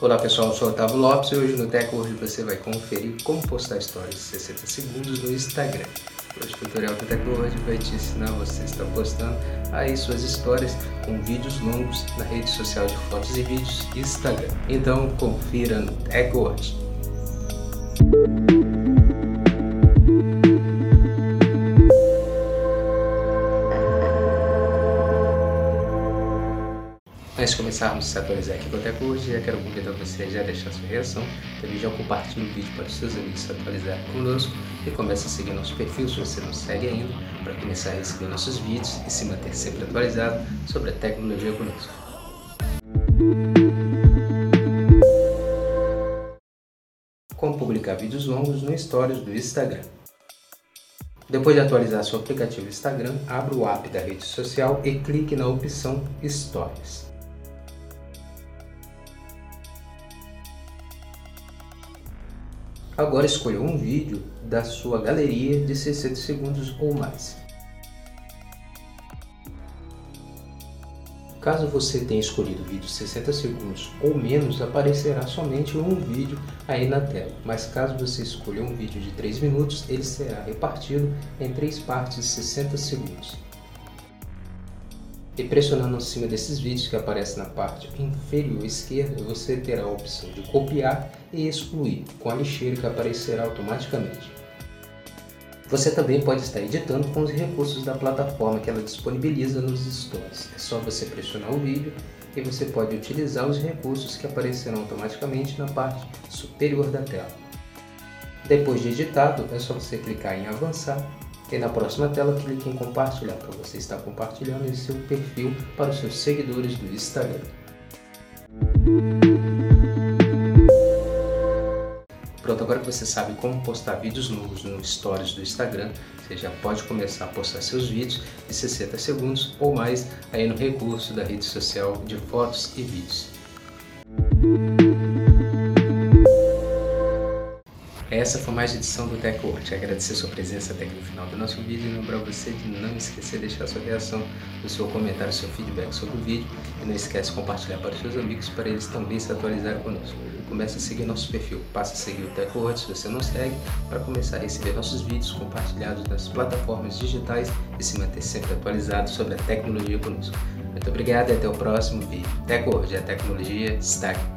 Olá pessoal, eu sou Otávio Lopes e hoje no TechWord você vai conferir como postar stories de 60 segundos no Instagram. Hoje o tutorial do TechWord vai te ensinar você a estar postando aí suas histórias com vídeos longos na rede social de fotos e vídeos Instagram. Então confira no TechWord. Antes de começarmos a se atualizar aqui com o TechWord, já quero convidar você a já deixar sua reação, também já compartilhe o vídeo para os seus amigos se atualizarem conosco e comece a seguir nosso perfil se você não segue ainda, para começar a receber nossos vídeos e se manter sempre atualizado sobre a tecnologia conosco. Como publicar vídeos longos no Stories do Instagram. Depois de atualizar seu aplicativo Instagram, abra o app da rede social e clique na opção Stories. Agora escolha um vídeo da sua galeria de 60 segundos ou mais. Caso você tenha escolhido o vídeo de 60 segundos ou menos, aparecerá somente um vídeo aí na tela. Mas caso você escolha um vídeo de 3 minutos, ele será repartido em 3 partes de 60 segundos. E pressionando em cima desses vídeos que aparecem na parte inferior esquerda, você terá a opção de copiar e excluir com a lixeira que aparecerá automaticamente. Você também pode estar editando com os recursos da plataforma que ela disponibiliza nos stories. É só você pressionar o vídeo e você pode utilizar os recursos que aparecerão automaticamente na parte superior da tela. Depois de editado, é só você clicar em avançar e na próxima tela clique em compartilhar para você estar compartilhando em seu perfil para os seus seguidores do Instagram. Pronto, agora que você sabe como postar vídeos longos no Stories do Instagram, você já pode começar a postar seus vídeos de 60 segundos ou mais aí no recurso da rede social de fotos e vídeos. Essa foi mais uma edição do TechWord. Agradecer sua presença até aqui no final do nosso vídeo e lembrar você de não esquecer de deixar sua reação, o seu comentário, o seu feedback sobre o vídeo e não esquece de compartilhar para os seus amigos para eles também se atualizarem conosco. Comece a seguir nosso perfil, passe a seguir o TechWord se você não segue, para começar a receber nossos vídeos compartilhados nas plataformas digitais e se manter sempre atualizado sobre a tecnologia conosco. Muito obrigado e até o próximo vídeo. TechWord, a tecnologia está aqui.